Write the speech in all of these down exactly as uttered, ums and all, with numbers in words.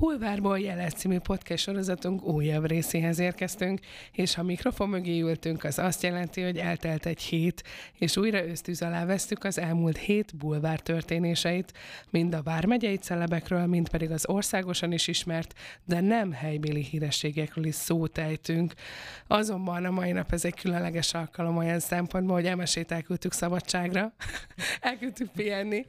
Bulvárból Jeles című podcast sorozatunk újabb részéhez érkeztünk, és ha mikrofon mögé ültünk, az azt jelenti, hogy eltelt egy hét, és újra ösztűz alá vesztük az elmúlt hét bulvár történéseit, mind a vármegyei celebekről, mind pedig az országosan is ismert, de nem helybéli hírességekről is szót ejtünk. Azonban a mai nap ez egy különleges alkalom olyan szempontból, hogy Emesét elküldtük szabadságra, elküldtük pihenni,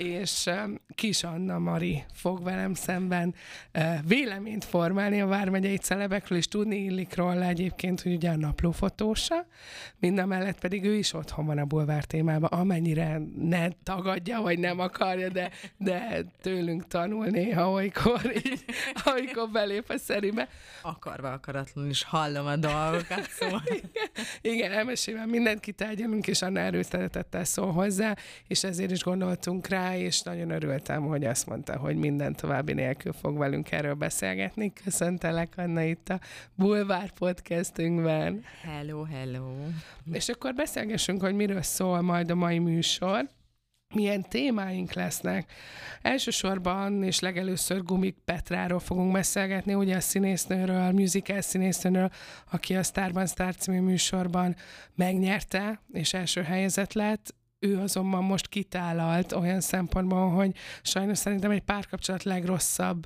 és Kis Anna Mari fog velem szemben véleményt formálni a vármegyei celebekről, és tudni illik róla egyébként, hogy ugye a naplófotósa, mindamellett pedig ő is otthon van a bulvár témában, amennyire ne tagadja, vagy nem akarja, de, de tőlünk tanul néha, olykor, így, olykor belép a szeribe. Akarva akaratlanul is hallom a dolgokat, szóval. Igen, igen, elmesével mindent kitárgyalunk, és Anna erőszeretettel szól hozzá, és ezért is gondoltunk rá, és nagyon örültem, hogy azt mondta, hogy minden további nélkül fog velünk erről beszélgetni. Köszöntelek, Anna, itt a Bulvár podcastünkben. Hello, hello. És akkor beszélgessünk, hogy miről szól majd a mai műsor. Milyen témáink lesznek. Elsősorban és legelőször Gubik Petráról fogunk beszélgetni, ugye a színésznőről, a musical színésznőről, aki a Sztárban Sztár című műsorban megnyerte, és első helyezett lett. Ő azonban most kitálalt olyan szempontból, hogy sajnos szerintem egy párkapcsolat legrosszabb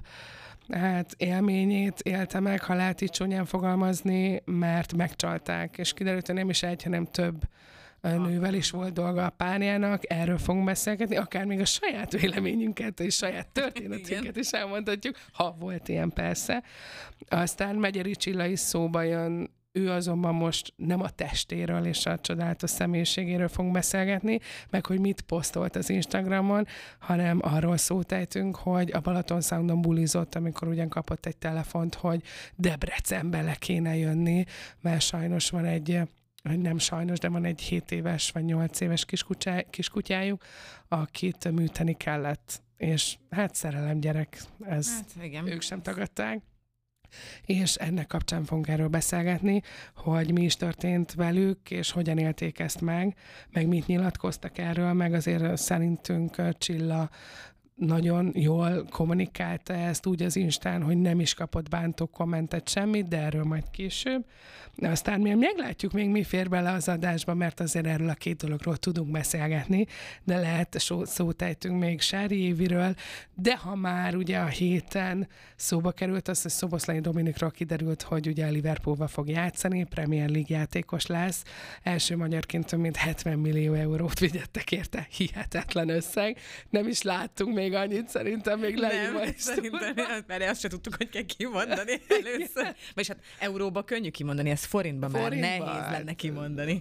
hát élményét élte meg, ha lehet így csúnyán fogalmazni, mert megcsalták, és kiderült, hogy nem is egy, hanem több nővel is volt dolga a párjának, erről fogunk beszélgetni, akár még a saját véleményünket és saját történetünket is elmondhatjuk, ha volt ilyen persze. Aztán Megyeri Csilla is szóba jön, ő azonban most nem a testéről és a csodálatos személyiségéről fogunk beszélgetni, meg hogy mit posztolt az Instagramon, hanem arról szót ejtünk, hogy a Balaton Soundon bulizott, amikor ugyan kapott egy telefont, hogy Debrecenbe le kéne jönni, mert sajnos van egy hogy nem sajnos, de van egy hét éves vagy nyolc éves kiskutyá, kiskutyájuk, akit műteni kellett. És hát szerelem gyerek, ez hát, igen. Ők sem tagadták. És ennek kapcsán fogunk erről beszélgetni, hogy mi is történt velük, és hogyan élték ezt meg, meg mit nyilatkoztak erről, meg azért szerintünk Csilla nagyon jól kommunikálta ezt úgy az Instán, hogy nem is kapott bántó kommentet semmit, de erről majd később. Aztán mi meglátjuk még mi fér bele az adásba, mert azért erről a két dologról tudunk beszélgetni, de lehet szót ejtünk még Sári Éviről, de ha már ugye a héten szóba került az, hogy Szoboszlai Dominikról kiderült, hogy ugye a Liverpoolba fog játszani, Premier League játékos lesz, első magyarként több mint hetven millió eurót vigyettek érte, hihetetlen összeg, nem is láttunk még annyit, szerintem még leírva is szerintem, mert azt se tudtuk, hogy kell kimondani először. Vagyis hát euróba könnyű kimondani, ez forintba, forintba már nehéz lenne kimondani.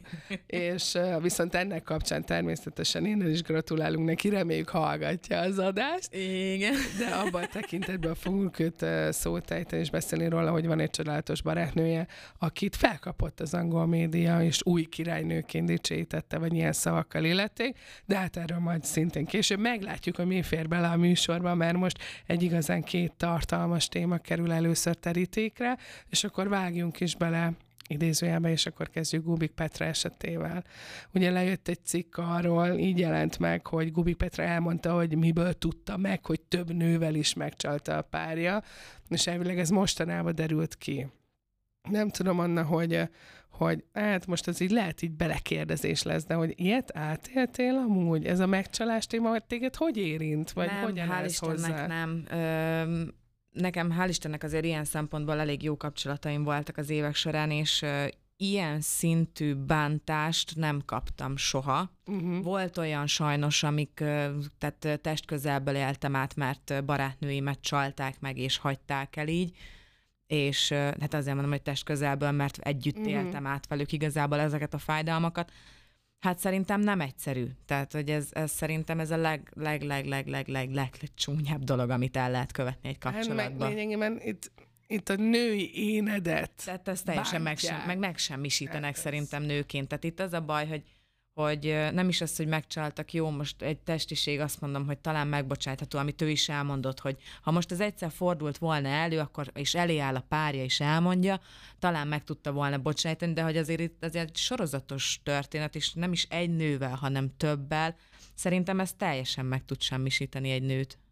És uh, viszont ennek kapcsán természetesen innen is gratulálunk neki, reméljük hallgatja az adást. Igen. De abban a tekintetben fogunk őt uh, szót ejteni és beszélni róla, hogy van egy csodálatos barátnője, akit felkapott az angol média, és új királynőként dicsőítette, vagy ilyen szavakkal illették, de hát erről majd szintén később meglátjuk, hogy mi fér bele a műsorba, mert most egy igazán két tartalmas téma kerül először terítékre, és akkor vágjunk is bele idézőjelbe, és akkor kezdjük Gubik Petra esetével. Ugye lejött egy cikk arról, így jelent meg, hogy Gubik Petra elmondta, hogy miből tudta meg, hogy több nővel is megcsalta a párja, és elvileg ez mostanában derült ki. Nem tudom, Anna, hogy, hogy hát most az így lehet így belekérdezés lesz, de hogy ilyet átéltél amúgy? Ez a megcsalás téma, vagy téged hogy érint? Vagy nem, hogyan hál' állsz Istennek hozzá? nem. Ö, nekem hál' Istennek azért ilyen szempontból elég jó kapcsolataim voltak az évek során, és ö, ilyen szintű bántást nem kaptam soha. Uh-huh. Volt olyan sajnos, amik ö, tehát testközelből éltem át, mert barátnőimet csalták meg, és hagyták el így. És hát azért mondom, hogy test közelből, mert együtt uh-huh. éltem át velük igazából ezeket a fájdalmakat. Hát szerintem nem egyszerű. Tehát, hogy ez, ez szerintem ez a leg, leg, leg, leg, leg, leg, leg csúnyább dolog, amit el lehet követni egy kapcsolatban. Hát lényegében itt, itt a női énedet Tehát ezt teljesen meg, sem, meg megsemmisítenek hát szerintem nőként. Tehát itt az a baj, hogy hogy nem is az, hogy megcsaltak, jó, most egy testiség, azt mondom, hogy talán megbocsátható, amit ő is elmondott, hogy ha most ez egyszer fordult volna elő, akkor és elé áll a párja, és elmondja, talán meg tudta volna bocsájtani, de hogy azért itt azért egy sorozatos történet, és nem is egy nővel, hanem többel, szerintem ez teljesen meg tud semmisíteni egy nőt.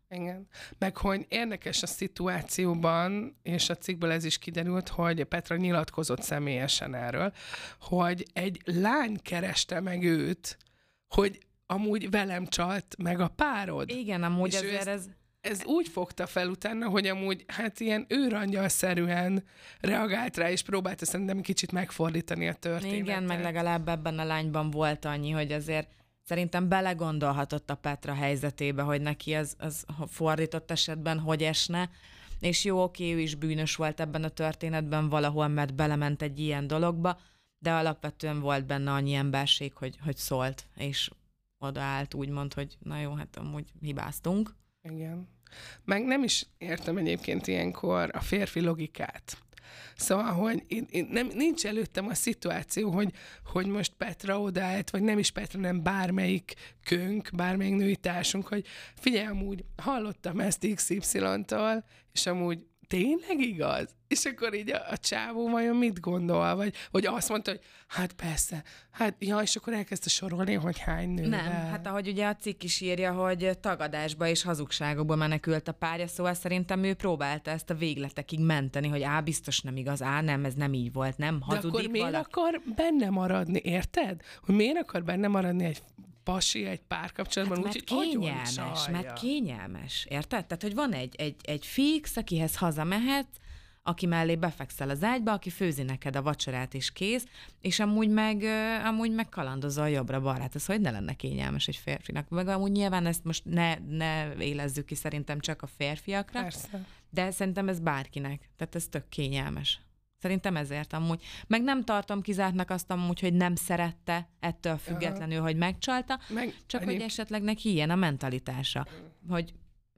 Igen. Meg hogy érdekes a szituációban, és a cikkből ez is kiderült, hogy Petra nyilatkozott személyesen erről, hogy egy lány kereste meg őt, hogy amúgy velem csalt meg a párod. Igen, amúgy és azért ez... Ez úgy fogta fel utána, hogy amúgy hát ilyen őrangyalszerűen reagált rá, és próbálta szerintem kicsit megfordítani a történetet. Igen, meg legalább ebben a lányban volt annyi, hogy azért szerintem belegondolhatott a Petra helyzetébe, hogy neki az, az fordított esetben hogy esne, és jó, oké, ő is bűnös volt ebben a történetben valahol, mert belement egy ilyen dologba, de alapvetően volt benne annyi emberség, hogy, hogy szólt, és odaállt úgymond, hogy na jó, hát amúgy hibáztunk. Igen. Meg nem is értem egyébként ilyenkor a férfi logikát. Szóval, hogy én, én nem, nincs előttem a szituáció, hogy, hogy most Petra odaállt, vagy nem is Petra, nem bármelyik könk, bármelyik női társunk, hogy figyelj, amúgy hallottam ezt iksz ipszilon-tól, és amúgy tényleg igaz? És akkor így a, a csávó vajon mit gondol? Vagy, vagy azt mondta, hogy hát persze, hát ja, és akkor elkezdte sorolni, hogy hány nővel. Nem, hát ahogy ugye a cikk is írja, hogy tagadásba és hazugságokba menekült a párja, szóval szerintem ő próbálta ezt a végletekig menteni, hogy á, biztos nem igaz, á, nem, ez nem így volt, nem hazudik. De akkor miért valaki... akar benne maradni, érted? Hogy miért akar benne maradni egy pasi, egy párkapcsolatban, hát, úgy, hogy kényelmes, mert kényelmes, érted? Tehát, hogy van egy, egy, egy fix, akihez hazamehet, aki mellé befekszel az ágyba, aki főzi neked a vacsorát és kész, és amúgy meg, amúgy meg kalandozol jobbra-balra. Hát ez hogy ne lenne kényelmes egy férfinak? Meg amúgy nyilván ezt most ne, ne élezzük ki szerintem csak a férfiakra, persze. De szerintem ez bárkinek. Tehát ez tök kényelmes. Szerintem ezért amúgy. Meg nem tartom kizártnak azt amúgy, hogy nem szerette ettől függetlenül, aha, hogy megcsalta, meg, csak egyéb... hogy esetleg neki ilyen a mentalitása, hogy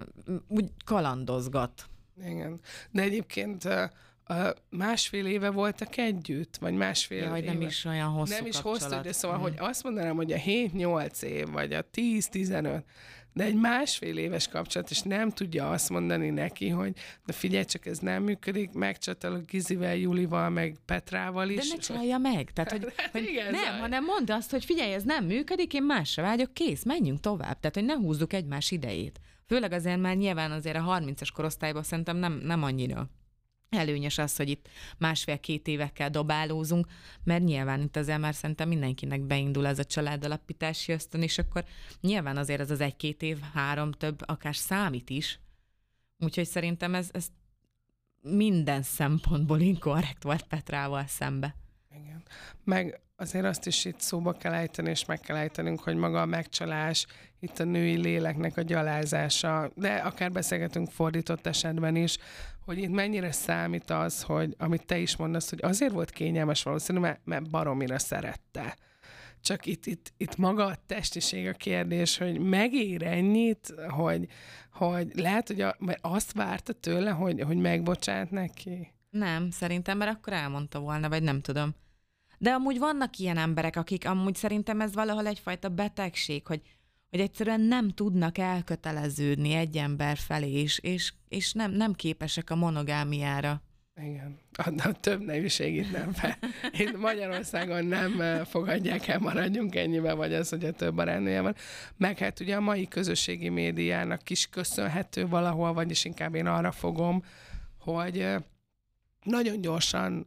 úgy kalandozgat. Igen. De egyébként uh, másfél éve voltak együtt, vagy másfél ja, éve. Hogy nem is olyan hosszú Nem is kapcsolat. hosszú, de szóval, mm. hogy azt mondanám, hogy a hét-nyolc év, vagy a tíz-tizenöt, de egy másfél éves kapcsolat, és nem tudja azt mondani neki, hogy de figyelj, csak ez nem működik, megcsatalok Gizivel, Julival, meg Petrával is. De ne csalja meg. Tehát, hogy, hogy igen, nem, zaj. hanem mondd azt, hogy figyelj, ez nem működik, én másra vágyok, kész, menjünk tovább. Tehát, hogy ne húzzuk egymás idejét. Főleg azért már nyilván azért a harmincas korosztályban szerintem nem, nem annyira előnyös az, hogy itt másfél-két évekkel dobálózunk, mert nyilván itt azért már szerintem mindenkinek beindul ez a családalapítási ösztön, és akkor nyilván azért ez az egy-két év, három, több, akár számít is. Úgyhogy szerintem ez, ez minden szempontból inkorrekt volt Petrával szembe. Igen. Meg azért azt is itt szóba kell ejteni, és meg kell ejtenünk, hogy maga a megcsalás, itt a női léleknek a gyalázása, de akár beszélgetünk fordított esetben is, hogy itt mennyire számít az, hogy amit te is mondasz, hogy azért volt kényelmes valószínűleg, mert, mert baromira szerette. Csak itt, itt, itt maga a testiség a kérdés, hogy megér ennyit, hogy, hogy lehet, hogy a, mert azt várta tőle, hogy, hogy megbocsát neki? Nem, szerintem, mert akkor elmondta volna, vagy nem tudom. De amúgy vannak ilyen emberek, akik amúgy szerintem ez valahol egyfajta betegség, hogy, hogy egyszerűen nem tudnak elköteleződni egy ember felé, és, és, és nem, nem képesek a monogámiára. Igen. A, a több nevűség itt nem fel. Itt Magyarországon nem fogadják el, maradjunk ennyiben, vagy az, hogy a több barátnője van. Meg hát ugye a mai közösségi médiának is köszönhető valahol, vagyis inkább én arra fogom, hogy nagyon gyorsan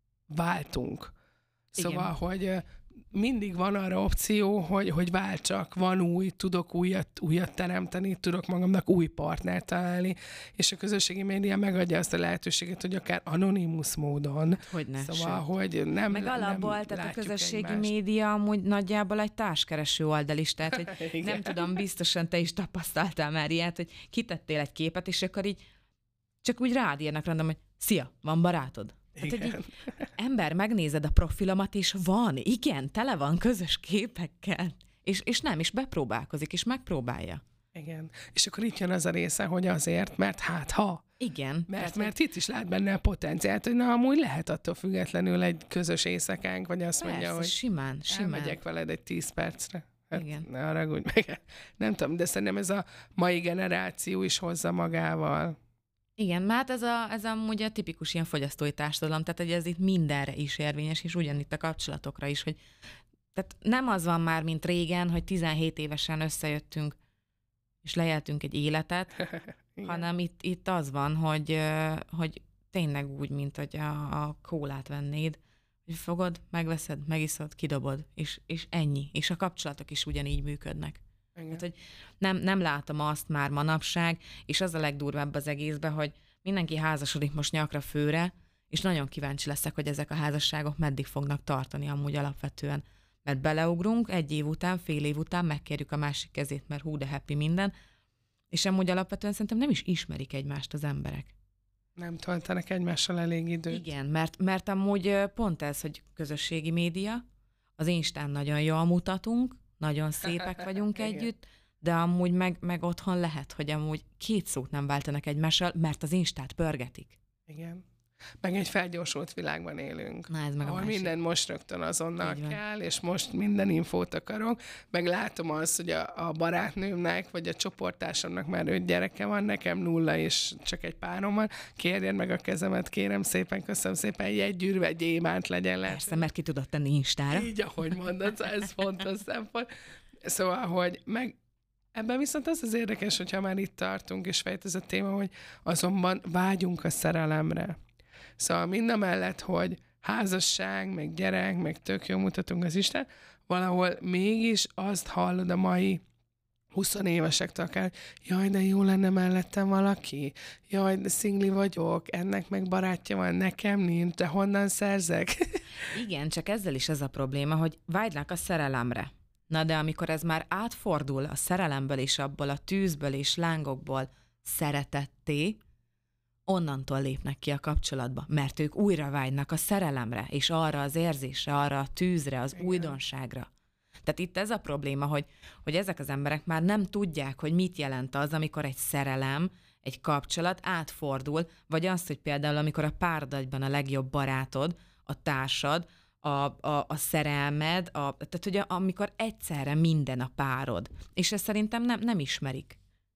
váltunk. Szóval, igen, hogy mindig van arra opció, hogy, hogy váltsak, van új, tudok újat, újat teremteni, tudok magamnak új partnert találni, és a közösségi média megadja azt a lehetőséget, hogy akár anonimus módon. Hogyne, szóval, sőt. hogy nem Meg alapból, nem tehát a közösségi egymást. Média amúgy nagyjából egy társkereső oldal is, tehát hogy nem tudom, biztosan te is tapasztaltál már ilyet, hogy kitettél egy képet, és akkor így csak úgy rád írnak random, hogy szia, van barátod? Hát, hogy így, ember, megnézed a profilomat, és van, igen, tele van közös képekkel. És, és nem, és bepróbálkozik, és megpróbálja. Igen. És akkor itt jön az a része, hogy azért, mert hát ha. Igen. Mert, tehát, mert itt is lát benne a potenciált, hogy na, amúgy lehet attól függetlenül egy közös éjszakánk, vagy azt persze, mondja, hogy simán, simán. elmegyek veled egy tíz percre. Hát igen. Ne haragudj meg. Nem tudom, de szerintem ez a mai generáció is hozza magával. Igen, hát ez, a, ez amúgy a tipikus ilyen fogyasztói társadalom, tehát hogy ez itt mindenre is érvényes, és ugyanitt a kapcsolatokra is, hogy tehát nem az van már, mint régen, hogy tizenhét évesen összejöttünk, és leéltünk egy életet, hanem itt, itt az van, hogy, hogy tényleg úgy, mint hogy a, a kólát vennéd, hogy fogod, megveszed, megiszod, kidobod, és, és ennyi. És a kapcsolatok is ugyanígy működnek. Hát, hogy nem, nem látom azt már manapság, és az a legdurvább az egészben, hogy mindenki házasodik most nyakra főre, és nagyon kíváncsi leszek, hogy ezek a házasságok meddig fognak tartani amúgy alapvetően. Mert beleugrunk, egy év után, fél év után megkérjük a másik kezét, mert hú, de happy minden, és amúgy alapvetően szerintem nem is ismerik egymást az emberek. Nem töltenek egymással elég időt. Igen, mert, mert amúgy pont ez, hogy közösségi média, az Instán nagyon jól mutatunk, nagyon szépek vagyunk együtt, de amúgy meg, meg otthon lehet, hogy amúgy két szót nem váltanak egymással, mert az Instát pörgetik. Igen. Meg egy felgyorsult világban élünk. Na, ez meg ahol minden most rögtön azonnal kell, és most minden infót akarok. Meg látom azt, hogy a, a barátnőmnek, vagy a csoporttársamnak már öt gyereke van, nekem nulla, és csak egy párom van. Kérjen meg a kezemet, kérem szépen, köszönöm szépen, jegygyűrve, gyémánt legyen le. Persze, mert ki tudod tenni Instára. Így, ahogy mondod, ez fontos szempont. Szóval, hogy meg ebben viszont az az érdekes, hogyha már itt tartunk, és fejt ez a téma, hogy azonban vágyunk a szerelemre. Szóval mindamellett, hogy házasság, meg gyerek, meg tök jól mutatunk az Isten, valahol mégis azt hallod a mai huszonévesektől akár, jaj, de jó lenne mellettem valaki, jaj, de szingli vagyok, ennek meg barátja van, nekem nincs, de honnan szerzek? Igen, csak ezzel is ez a probléma, hogy vágynak a szerelemre. Na de amikor ez már átfordul a szerelemből és abból a tűzből és lángokból szeretetté, onnantól lépnek ki a kapcsolatba, mert ők újra vágynak a szerelemre, és arra az érzésre, arra a tűzre, az igen. újdonságra. Tehát itt ez a probléma, hogy, hogy ezek az emberek már nem tudják, hogy mit jelent az, amikor egy szerelem, egy kapcsolat átfordul, vagy az, hogy például amikor a párodatban a legjobb barátod, a társad, a, a, a szerelmed, a, tehát hogy a, amikor egyszerre minden a párod. És ezt szerintem nem, nem ismerik.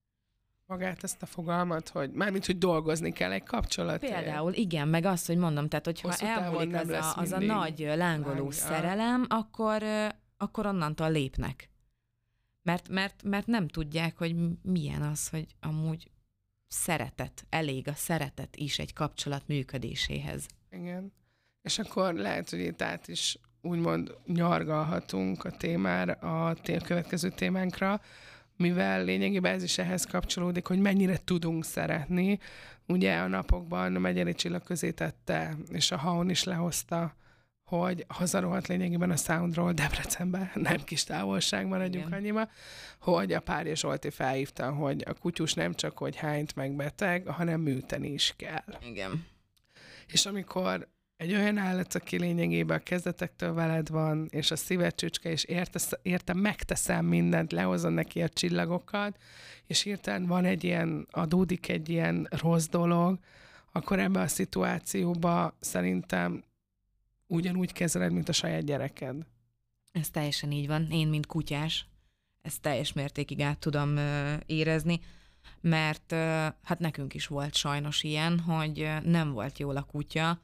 Magát ezt a fogalmat, hogy mármint, hogy dolgozni kell egy kapcsolatért. Például igen, meg azt, hogy mondom, tehát hogyha elmúlik az a, az a nagy lángoló láng, szerelem, akkor, akkor onnantól lépnek. Mert, mert, mert nem tudják, hogy milyen az, hogy amúgy szeretet, elég a szeretet is egy kapcsolat működéséhez. Igen. És akkor lehet, hogy itt át is úgymond nyargalhatunk a témára, a té- következő témánkra, mivel lényegében ez is ehhez kapcsolódik, hogy mennyire tudunk szeretni. Ugye a napokban a Megyeri Csillag közé tette, és a há o en is lehozta, hogy hazarohadt lényegében a Soundról Debrecenbe, nem kis távolság, maradjunk annyiba, hogy a Párja Zsolti felhívta, hogy a kutyus nem csak, hogy hányt meg beteg, hanem műteni is kell. Igen. És amikor egy olyan állat, aki lényegében a kezdetektől veled van, és a szíved csücske, és érte, érte megteszem mindent, lehozom neki a csillagokat, és hirtelen van egy ilyen, adódik egy ilyen rossz dolog, akkor ebben a szituációban szerintem ugyanúgy kezeled, mint a saját gyereked. Ez teljesen így van. Én, mint kutyás, ezt teljes mértékig át tudom uh, érezni, mert uh, hát nekünk is volt sajnos ilyen, hogy uh, nem volt jól a kutya.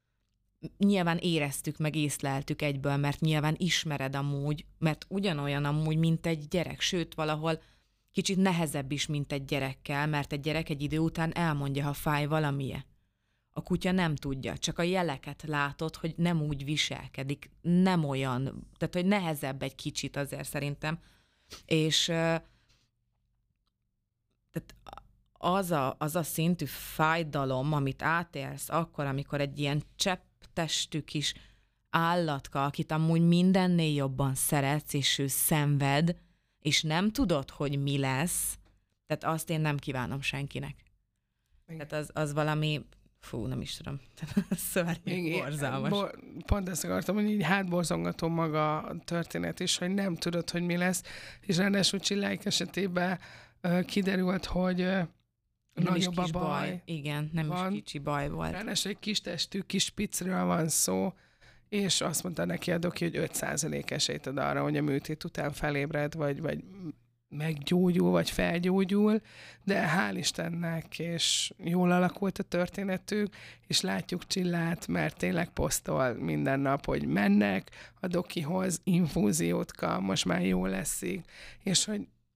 Nyilván éreztük, meg észleltük egyből, mert nyilván ismered amúgy, mert ugyanolyan amúgy, mint egy gyerek, sőt valahol kicsit nehezebb is, mint egy gyerekkel, mert egy gyerek egy idő után elmondja, ha fáj valamije. A kutya nem tudja, csak a jeleket látod, hogy nem úgy viselkedik, nem olyan, tehát hogy nehezebb egy kicsit azért szerintem. És tehát az a, az a szintű fájdalom, amit átélsz akkor, amikor egy ilyen csepp testű kis állatka, akit amúgy mindennél jobban szeretsz, és ő szenved, és nem tudod, hogy mi lesz, tehát azt én nem kívánom senkinek. Igen. Tehát az, az valami, fú, nem is tudom, szörnyű, borzalmas. Bo- pont ezt akartam, hogy így hátborzongató maga a történet is, hogy nem tudod, hogy mi lesz, és ráadásul Csilláik esetében uh, kiderült, hogy uh, nem is kis baj. baj. Igen, nem van. Is kicsi baj volt. Ráadásul egy kis testű, kis picről van szó, és azt mondta neki a doki, hogy öt százalék esélyt ad arra, hogy a műtét után felébred, vagy, vagy meggyógyul, vagy felgyógyul, de hál' Istennek, és jól alakult a történetük, és látjuk Csillát, mert tényleg posztol minden nap, hogy mennek a dokihoz, infúziót kap, most már jó leszik, és hogy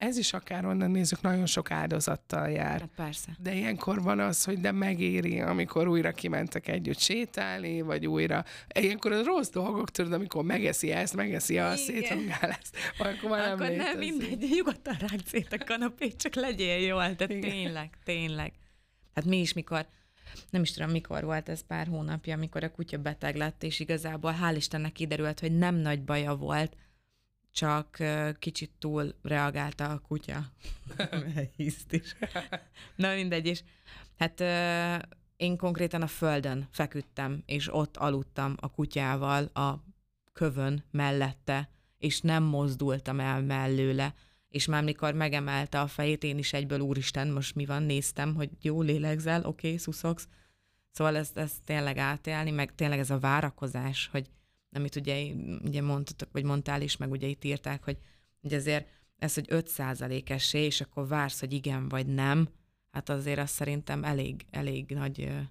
ez is akárhonnan nézzük, nagyon sok áldozattal jár. Hát persze. De ilyenkor van az, hogy de megéri, amikor újra kimentek együtt sétálni, vagy újra. Ilyenkor az rossz dolgok, tudod, amikor megeszi ezt, megeszi azt, szétrongál ezt, akkor már nem Akkor nem létezik. mindegy, nyugodtan rágd szét a kanapét, csak legyél jól, tehát tényleg, tényleg. Hát mi is, mikor, nem is tudom, mikor volt ez pár hónapja, amikor a kutya beteg lett, és igazából hál' Istennek kiderült, hogy nem nagy baja volt, csak kicsit túl reagálta a kutya. Hiszt is. Na mindegy, és hát én konkrétan a földön feküdtem, és ott aludtam a kutyával a kövön mellette, és nem mozdultam el mellőle, és már mikor megemelte a fejét, én is egyből, úristen, most mi van, néztem, hogy jó, lélegzel, oké, okay, szuszogsz. Szóval ezt, ezt tényleg átélni, meg tényleg ez a várakozás, hogy amit ugye, ugye mondtatok, vagy mondtál is, meg ugye itt írták, hogy, hogy azért ez, hogy öt százalék esély, és akkor vársz, hogy igen vagy nem, hát azért azt szerintem elég, elég nagy ö,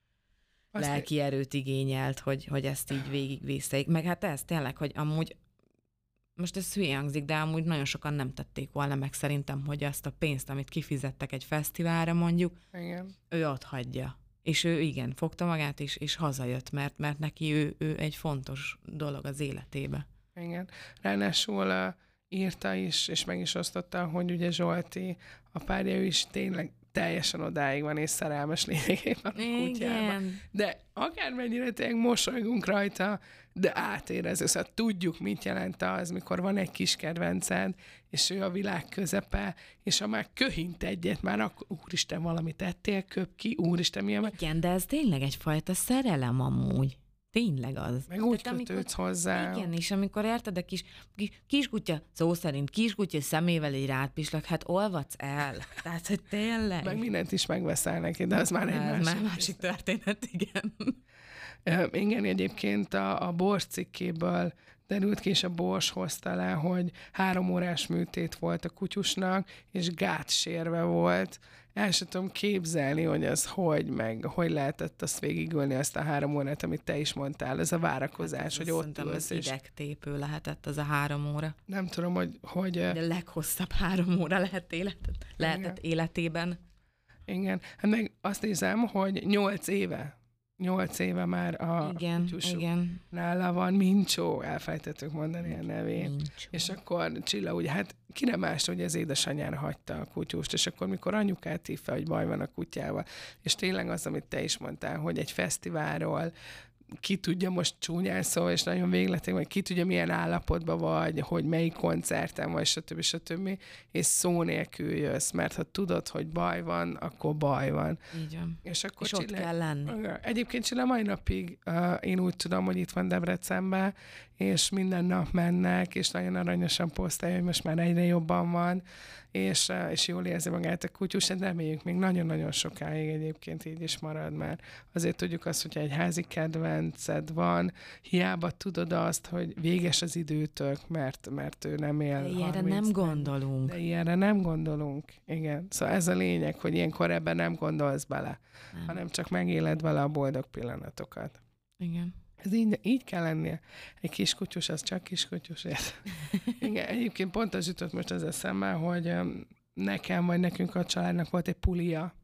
lelki erőt igényelt, hogy, hogy ezt így végigvészteik. Meg hát ez tényleg, hogy amúgy, most ez hülye hangzik, de amúgy nagyon sokan nem tették volna meg szerintem, hogy azt a pénzt, amit kifizettek egy fesztiválra mondjuk, igen. ő ott hagyja. És ő igen, fogta magát, és, és hazajött, mert, mert neki ő, ő egy fontos dolog az életébe. Igen. Ráadásul uh, írta is, és meg is osztotta, hogy ugye Zsolti, a párja, ő is tényleg teljesen odáig van, és szerelmes lényegében a kutyában. De akármennyire tényleg mosolygunk rajta, de átérezzük, szóval tudjuk, mit jelent az, mikor van egy kis kedvenced, és ő a világ közepe, és ha már köhint egyet, már akkor úristen, valamit ettél, köp ki, úristen, milyen... Igen, de ez tényleg egyfajta szerelem amúgy. Tényleg az. Meg úgy tehát kötődsz amikor, hozzá. Igen, és amikor érted a kis, kis kiskutya, szó szerint kiskutya szemével egy rátpislak, hát olvadsz el. Tehát, hogy tényleg. Meg mindent is megveszel neki, de az már egy másik, már másik történet, igen. Igen, egyébként a, a Bors cikkéből derült ki, és a Bors hozta le, hogy három órás műtét volt a kutyusnak, és gátsérve volt. El sem tudom képzelni, hogy az hogy, meg hogy lehetett azt végigülni, azt a három órát, amit te is mondtál, ez a várakozás, hát hogy ott ülsz. És... idegtépő lehetett az a három óra. Nem tudom, hogy... hogy de a leghosszabb három óra lehet életet, lehetett igen. életében. Igen, hát meg azt nézem, hogy nyolc éve, nyolc éve már a igen, kutyusuk igen. nála van, Mincsó, elfejtettük mondani a nevét. Mincsó. És akkor Csilla ugye, hát kire más, hogy az édesanyjára hagyta a kutyust, és akkor mikor anyukát hív fel, hogy baj van a kutyával, és tényleg az, amit te is mondtál, hogy egy fesztiválról ki tudja, most csúnyán szó, és nagyon végletek, vagy ki tudja, milyen állapotban vagy, hogy melyik koncerten vagy, stb. stb. És szó nélkül jössz, mert ha tudod, hogy baj van, akkor baj van. Így van. És, akkor és ott Csilla... kell lenni. Egyébként Csilla mai napig uh, én úgy tudom, hogy itt van Debrecenben, és minden nap mennek, és nagyon aranyosan posztálja, hogy most már egyre jobban van, és, uh, és jól érzi magát a kutyus, de reméljük még nagyon-nagyon sokáig egyébként így is marad, mert azért tudjuk azt, hogyha egy házi kedvenced van, hiába tudod azt, hogy véges az időtök, mert, mert ő nem él. De ilyenre nem gondolunk. De ilyenre nem gondolunk, igen. Szóval ez a lényeg, hogy ilyenkor ebben nem gondolsz bele, nem. hanem csak megéled vele a boldog pillanatokat. Igen. Ez így, így kell lennie. Egy kiskutyus, az csak kiskutyus. Igen, egyébként pont az jutott most az eszembe, hogy nekem vagy nekünk a családnak volt egy pulia,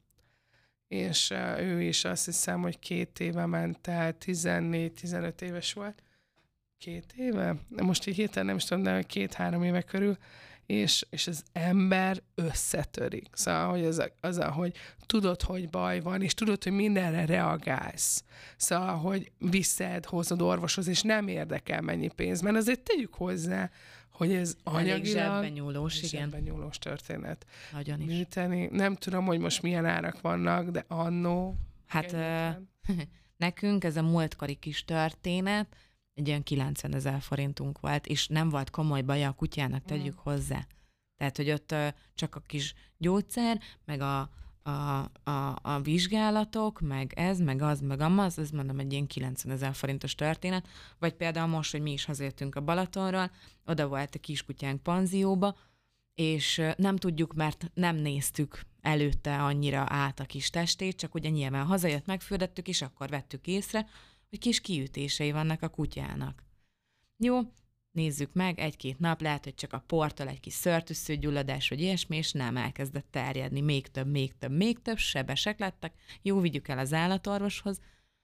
és ő is azt hiszem, hogy két éve ment el, tizennégy-tizenöt éves volt. Két éve? Most így héten nem is tudom, de két-három éve körül, és, és az ember összetörik. Szóval, hogy az, az, hogy tudod, hogy baj van, és tudod, hogy mindenre reagálsz. Szóval, hogy viszed, hozod orvoshoz, és nem érdekel mennyi pénz, mert azért tegyük hozzá, hogy ez anyagilag... zsebben nyúlós, igen. Zsebben nyúlós történet. Nagyon is. Műteni. Nem tudom, hogy most milyen árak vannak, de annó... Hát uh, nekünk ez a múltkori kis történet, egy olyan kilencvenezer forintunk volt, és nem volt komoly baja a kutyának, tegyük mm. hozzá. Tehát, hogy ott uh, csak a kis gyógyszer, meg a, a, a, a vizsgálatok, meg ez, meg az, meg amaz, ez mondom egy ilyen kilencvenezer forintos történet. Vagy például most, hogy mi is hazajöttünk a Balatonról, oda volt a kiskutyánk panzióba, és uh, nem tudjuk, mert nem néztük előtte annyira át a kis testét, csak ugye nyilván hazajött, megfürdettük, és akkor vettük észre, hogy kis kiütései vannak a kutyának. Jó, nézzük meg, egy-két nap, lehet, hogy csak a portól egy kis szőrtűszőgyulladás, vagy ilyesmi, és nem elkezdett terjedni, még több, még több, még több, sebesek lettek, jó, vigyük el az állatorvoshoz,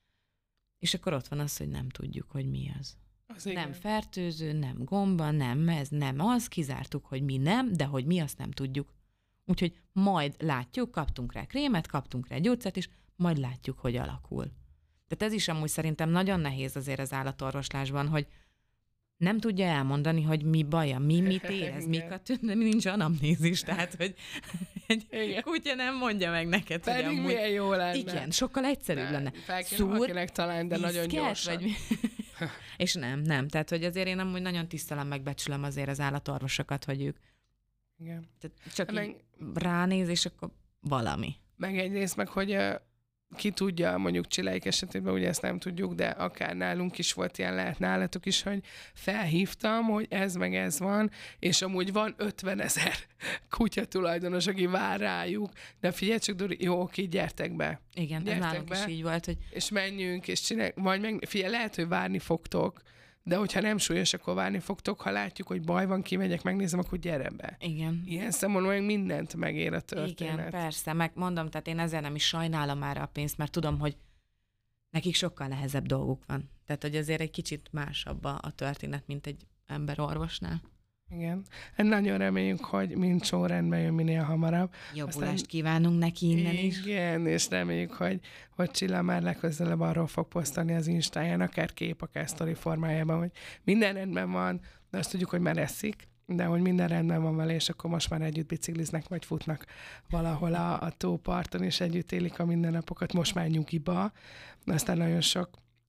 és akkor ott van az, hogy nem tudjuk, hogy mi az. az nem fertőző, nem gomba, nem ez, nem az, kizártuk, hogy mi nem, de hogy mi, azt nem tudjuk. Úgyhogy majd látjuk, kaptunk rá krémet, kaptunk rá gyógyszert, és majd látjuk, hogy alakul. Tehát ez is amúgy szerintem nagyon nehéz azért az állatorvoslásban, hogy nem tudja elmondani, hogy mi baja, mi mit érez, mik a tűn, nincs anamnézis, tehát, hogy egy igen. kutya nem mondja meg neked, pedig hogy amúgy... milyen jó lenne. Igen, sokkal egyszerűbb lenne. Szúr, talán, de nagyon gyorsan. Vagy... és nem, nem. Tehát, hogy azért én amúgy nagyon tisztelem, megbecsülöm azért az állatorvosokat, hogy ők igen. Tehát csak meg... így ránéz, és akkor valami. Meg egyrészt meg, hogy ki tudja, mondjuk Csillaik esetében, ugye ezt nem tudjuk, de akár nálunk is volt ilyen, lehet nálatok is, hogy felhívtam, hogy ez meg ez van, és amúgy van ötvenezer kutya tulajdonos, aki vár rájuk, de figyelj csak, Dori, jó, oké, gyertek be. Igen, gyertek ez nálunk be, is így volt, hogy... És menjünk, és csináljuk, vagy meg, figyelj, lehet, hogy várni fogtok, de hogyha nem súlyos, akkor várni fogtok, ha látjuk, hogy baj van, kimegyek, megnézem, akkor gyere be. Igen. Ilyen szempontból meg mindent megér a történet. Igen, persze, meg mondom, tehát én ezzel nem is sajnálom már a pénzt, mert tudom, hogy nekik sokkal nehezebb dolguk van. Tehát, hogy azért egy kicsit másabb a, a történet, mint egy ember orvosnál. Igen. Nagyon reméljük, hogy mind sorrendben jön minél hamarabb. Jobbulást Aztán... kívánunk neki innen igen, is. Igen, és reméljük, hogy, hogy Csilla már legközelebb arról fog posztolni az Instáján, akár kép, akár sztori formájában, hogy minden rendben van, de azt tudjuk, hogy már eszik, de hogy minden rendben van vele, és akkor most már együtt bicikliznek, vagy futnak valahol a, a tóparton, és együtt élik a mindennapokat, most már nyugiba. Aztán nagyon sok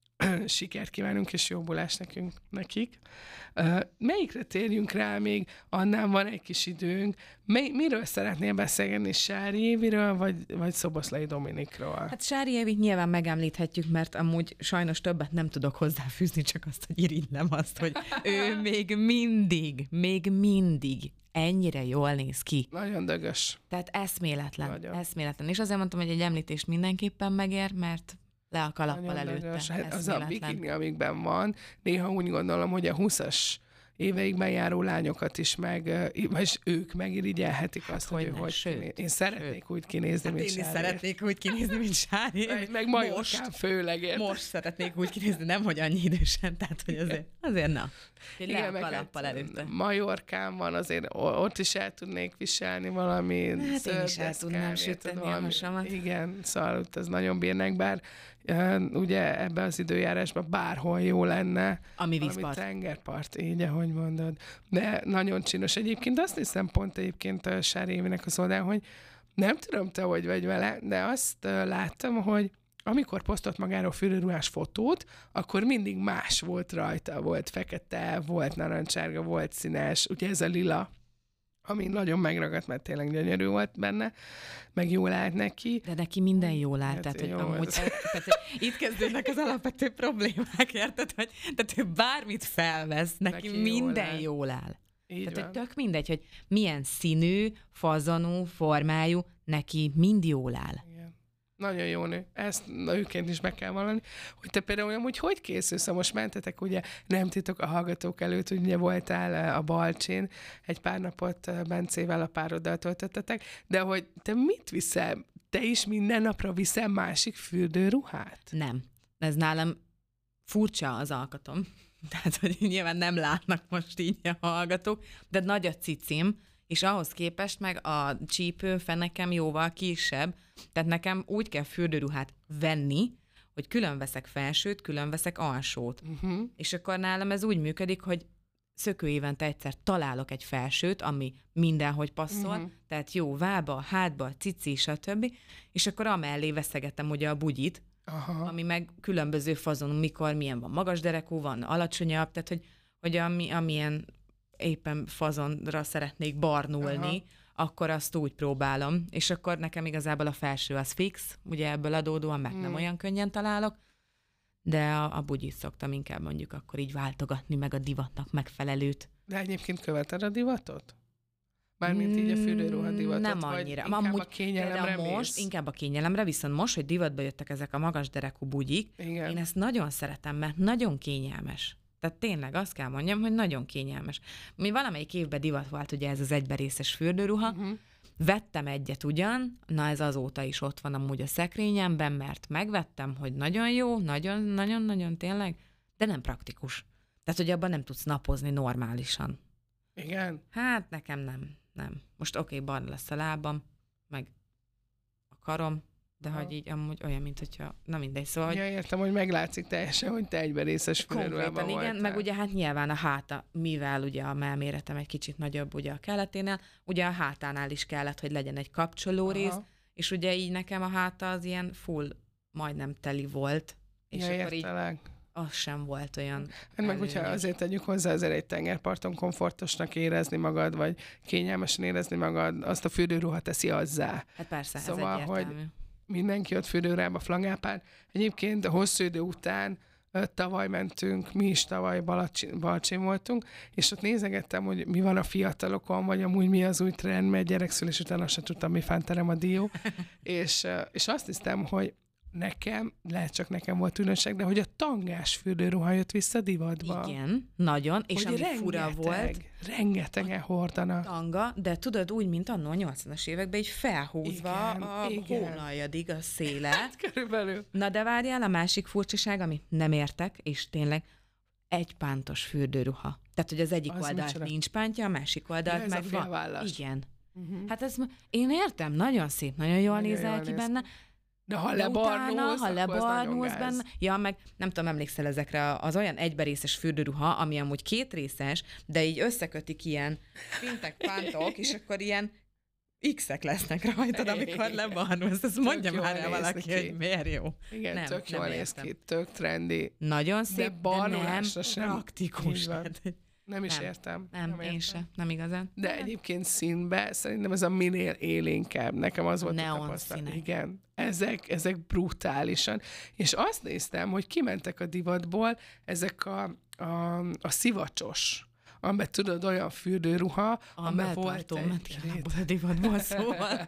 sikert kívánunk, és jobbulást nekünk, nekik. Uh, melyikre térjünk rá még? Annál van egy kis időnk. Mely, miről szeretnél beszélni? Sári Éviről, vagy, vagy Szoboszlai Dominikról? Hát Sári Évit nyilván megemlíthetjük, mert amúgy sajnos többet nem tudok hozzáfűzni, csak azt, hogy irigylem azt, hogy ő még mindig, még mindig ennyire jól néz ki. Nagyon dögös. Tehát eszméletlen. Nagyon. Eszméletlen. És azért mondtam, hogy egy említést mindenképpen megér, mert le a kalappal előtte. Hát az a bikini, amikben van, néha úgy gondolom, hogy a húszas éveikben járó lányokat is meg, vagy ők megirigyelhetik hát azt, hogy, hogy, hogy sőt, én szeretnék sőt. úgy kinézni, hát mint Sári. Én is szeretnék úgy kinézni, mint Sári. Meg, meg Majorkán főleg. Ért. Most szeretnék úgy kinézni, nem, hogy annyi idősen, tehát hogy azért, azért na. Igen, le a kalappal előtte. Majorkán van, azért ott is el tudnék viselni valami hát én is el tudnám sütni a hasamat. Igen, szóval ott ez nagyon bírnek, bár uh, ugye ebbe az időjárásban bárhol jó lenne. Ami vízpart. Tengerpart, így, ahogy mondod. De nagyon csinos. Egyébként azt hiszem pont egyébként a Sári Évinek az oldalán, hogy nem tudom te, hogy vagy vele, de azt uh, láttam, hogy amikor posztolt magáról fürőruhás fotót, akkor mindig más volt rajta. Volt fekete, volt narancsárga, volt színes. Ugye ez a lila, ami nagyon megragadt, mert tényleg gyönyörű volt benne, meg jól állt neki. De neki minden jól állt, hát tehát, hogy jó, amúgy, ez... tehát, itt kezdődnek az alapvető problémák, érted? Hogy, tehát ő bármit felvesz, neki, neki minden jól áll. Jól áll. Így tehát, van. hogy tök mindegy, hogy milyen színű, fazonú, formájú, neki mind jól áll. Igen. Nagyon jó nő. Ezt őként is be kell vallani. Hogy te például olyan, hogy hogy készülsz, most mentetek, ugye nem titok a hallgatók előtt, hogy ugye voltál a Balcsin, egy pár napot Bencével, a pároddal töltöttetek, de hogy te mit viszel? Te is minden napra viszel másik fürdőruhát? Nem. Ez nálam furcsa az alkatom. Tehát, hogy nyilván nem látnak most így a hallgatók, de nagy a cicim, és ahhoz képest meg a csípő fenekem jóval kisebb, tehát nekem úgy kell fürdőruhát venni, hogy külön veszek felsőt, külön veszek alsót. Uh-huh. És akkor nálam ez úgy működik, hogy szökő évente egyszer találok egy felsőt, ami mindenhogy passzol, uh-huh. tehát jó vába, hátba, cici, stb. És akkor amellé veszegetem ugye a bugyit, aha. ami meg különböző fazon, mikor milyen van magas derekú, van alacsonyabb, tehát hogy, hogy ami, amilyen éppen fazonra szeretnék barnulni, aha. akkor azt úgy próbálom, és akkor nekem igazából a felső az fix, ugye ebből adódóan, mert hmm. nem olyan könnyen találok, de a, a bugyit szoktam inkább mondjuk akkor így váltogatni, meg a divatnak megfelelőt. De egyébként követed a divatot? Mármint így a fürdőruha divatot? Nem annyira. Inkább Amúgy, a kényelemre most, mész? Inkább a kényelemre, viszont most, hogy divatba jöttek ezek a magas derekú bugyik, igen. Én ezt nagyon szeretem, mert nagyon kényelmes. Tehát tényleg azt kell mondjam, hogy nagyon kényelmes. Mi valamelyik évben divat volt ugye ez az egyberészes fürdőruha, uh-huh. Vettem egyet ugyan, na ez azóta is ott van amúgy a szekrényemben, mert megvettem, hogy nagyon jó, nagyon-nagyon-nagyon tényleg, de nem praktikus. Tehát, hogy abban nem tudsz napozni normálisan. Igen? Hát nekem nem, nem. Most oké, okay, barna lesz a lábam, meg a karom, de ha. Hogy így amúgy olyan, mint hogyha, na mindegy, szóval... Ja, értem, hogy meglátszik teljesen, hogy te egyberészes fürdőruhában voltál. Igen, meg ugye hát nyilván a háta, mivel ugye a mellméretem egy kicsit nagyobb ugye a kelleténél, ugye a hátánál is kellett, hogy legyen egy kapcsolórész, aha. És ugye így nekem a háta az ilyen full, majdnem teli volt, és ja, akkor értelek. Így az sem volt olyan... Hát meg hogyha azért tegyük hozzá, azért egy tengerparton komfortosnak érezni magad, vagy kényelmesen érezni magad, azt a fürdőruha teszi azzá. Hát persze, szóval, ez egyértelmű. Hogy mindenki ott fürdőruhába Flangálpán. Egyébként a hosszú idő után tavaly mentünk, mi is tavaly Balacsin, Balcsin voltunk, és ott nézegettem, hogy mi van a fiatalokon, vagy amúgy mi az új trend, mert gyerekszülés után azt sem tudtam, mi fánterem a dió. és, és azt hiszem, hogy nekem, lehet csak nekem volt különbség, de hogy a tangás fürdőruha jött vissza divatba. Igen, nagyon, és hogy ami rengeteg, fura volt. Rengetegen hordanak. Tanga, de tudod úgy, mint annó a nyolcvanas években, így felhúzva igen, a hónaljadig a széle. Hát körülbelül. Na de várjál, a másik furcsaság, amit nem értek, és tényleg egy pántos fürdőruha. Tehát, hogy az egyik az oldalt micsoda? Nincs pántja, a másik oldalt ja, meg van. Igen. Uh-huh. Hát ez, én értem, nagyon szép, nagyon jól nagyon nézel jól ki néz. Benne. De ha lebarnulsz, ha lebarnulsz benne, ja, meg nem tudom, emlékszel ezekre az olyan egyberészes fürdőruha, ami amúgy kétrészes, de így összekötik ilyen fintek, pántok, és akkor ilyen X-ek lesznek rajtad, amikor lebarnulsz. Ezt mondja már el valaki, ki. Hogy miért jó. Igen, nem, tök nem jól néz ki, tök trendi. Nagyon szép, de, barnulásra de nem praktikus. Nem is nem, értem. Nem, nem én értem. Se, nem igazán. De nem. Egyébként színbe szerintem ez a minél élénkebb. Nekem az volt neon a tapasztalat. Színek. Igen. Ezek, ezek brutálisan. És azt néztem, hogy kimentek a divatból ezek a, a, a szivacsos, amiben tudod, olyan fürdőruha, amiben volt egy... A divatból, szóval.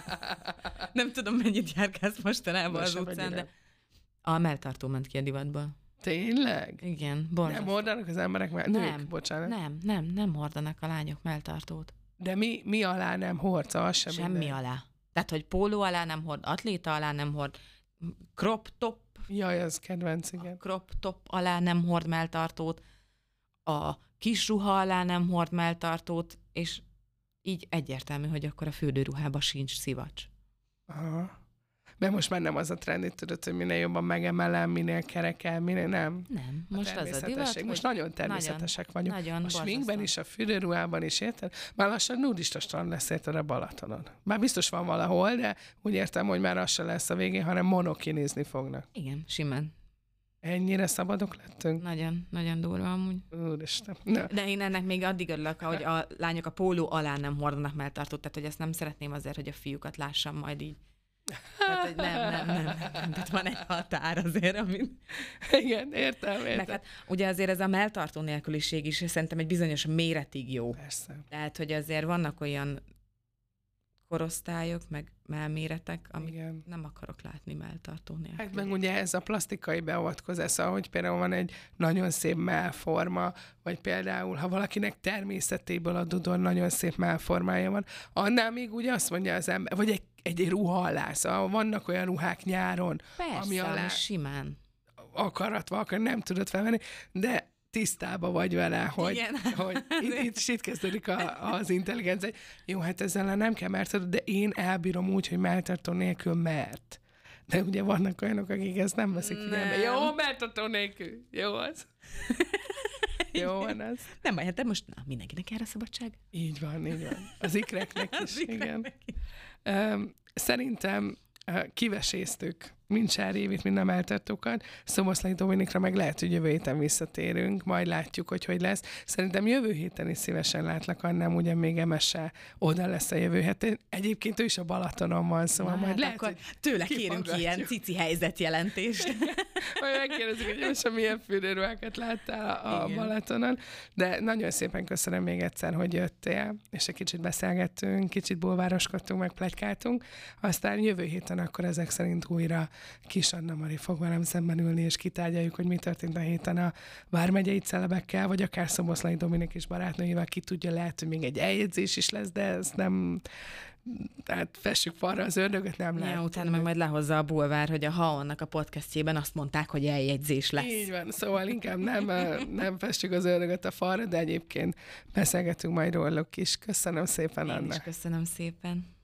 Nem tudom, mennyit járkálsz mostanában az utcán, de a melltartó ment ki a divatból. Tényleg? Igen, borzasztó. Nem hordanak az emberek már? Nők, nem, bocsánat. Nem, nem, nem hordanak a lányok melltartót. De mi, mi alá nem hordsz? Az sem Semmi minden. alá. Tehát, hogy póló alá nem hord, atléta alá nem hord, crop top. Jaj, az kedvenc, igen. Crop top alá nem hord melltartót, a kis ruha alá nem hord melltartót, és így egyértelmű, hogy akkor a fürdőruhában sincs szivacs. Aha. De most már nem az a trend, itt tudod, hogy minél jobban megemelem, minél kerekel, minél nem. Nem, most az a divat, most nagyon természetesek nagyon, vagyunk. Nagyon a sminkben is, a fürdőruhában is, érted? Már lassan nudista strand lesz, érted, a Balatonon. Már biztos van valahol, de úgy értem, hogy már az se lesz a végén, hanem monokinizni fognak. Igen, simán. Ennyire szabadok lettünk? Nagyon, nagyon durva amúgy. Úristen. Na. De én ennek még addig örülök, hogy a lányok a póló alá nem hordanak melltartót, tehát hogy ezt nem szeretném azért, hogy a fiúkat lássam majd így. Tehát, hogy nem, nem, nem, nem. Tehát van egy határ azért, amit... Igen, értem, értem. Meg hát ugye azért ez a melltartó nélküliség is szerintem egy bizonyos méretig jó. Persze. Tehát, hogy azért vannak olyan korosztályok, meg mellméretek, amit igen. Nem akarok látni melltartó nélkül. Hát meg ugye ez a plastikai beavatkozás, szóval, hogy például van egy nagyon szép mellforma, vagy például, ha valakinek természetéből adódóan nagyon szép mellformája van, annál még ugye azt mondja az ember, vagy egy, egy ruha alá, szóval vannak olyan ruhák nyáron, persze, ami alá simán akaratva akar, nem tudod felvenni, de tisztába vagy vele, hogy, igen. hogy itt, itt is itt kezdődik a, az intelligencia. Jó, hát ezzel nem kell mert, de én elbírom úgy, hogy melltartó nélkül mert. De ugye vannak olyanok, akik ezt nem veszik figyelembe. Jó, melltartó nélkül. Jó az. Jó van az. Nem baj, hát de most na, mindenkinek jár a szabadság. Így van, így van. Az ikreknek is, az ikreknek igen. Um, szerintem uh, kiveséztük mind Sárévit, mind a melltartókat. Szoboszlai Dominikra meg lehet, hogy jövő héten visszatérünk, majd látjuk, hogy hogy lesz. Szerintem jövő héten is szívesen látlak, annál ugye még Emese oda lesz a jövő héten. Egyébként ő is a Balatonon van, szóval na, majd hát lehet, hogy tőle kérünk ilyen cici helyzetjelentést. Majd megkérdezik, hogy most milyen fűrőruhákat láttál a, a Balatonon. De nagyon szépen köszönöm még egyszer, hogy jöttél, és egy kicsit beszélgettünk, kicsit bulvároskodtunk, meg pletykáltunk. Aztán jövő héten akkor ezek szerint újra Kis Anna Mari fog velem szemben ülni, és kitárgyaljuk, hogy mi történt a héten a vármegyei celebekkel, vagy akár Szoboszlai Dominik is barátnőjével, ki tudja, lehet, hogy még egy eljegyzés is lesz, de ez nem... Tehát fessük falra az ördögöt, nem lehet. Ja, utána meg majd lehozza a bulvár, hogy a Haonnak a podcastjében azt mondták, hogy eljegyzés lesz. Így van, szóval inkább nem, nem fessük az ördögöt a falra, de egyébként beszélgetünk majd róluk is. Köszönöm szépen, Én Anna. is köszönöm szépen.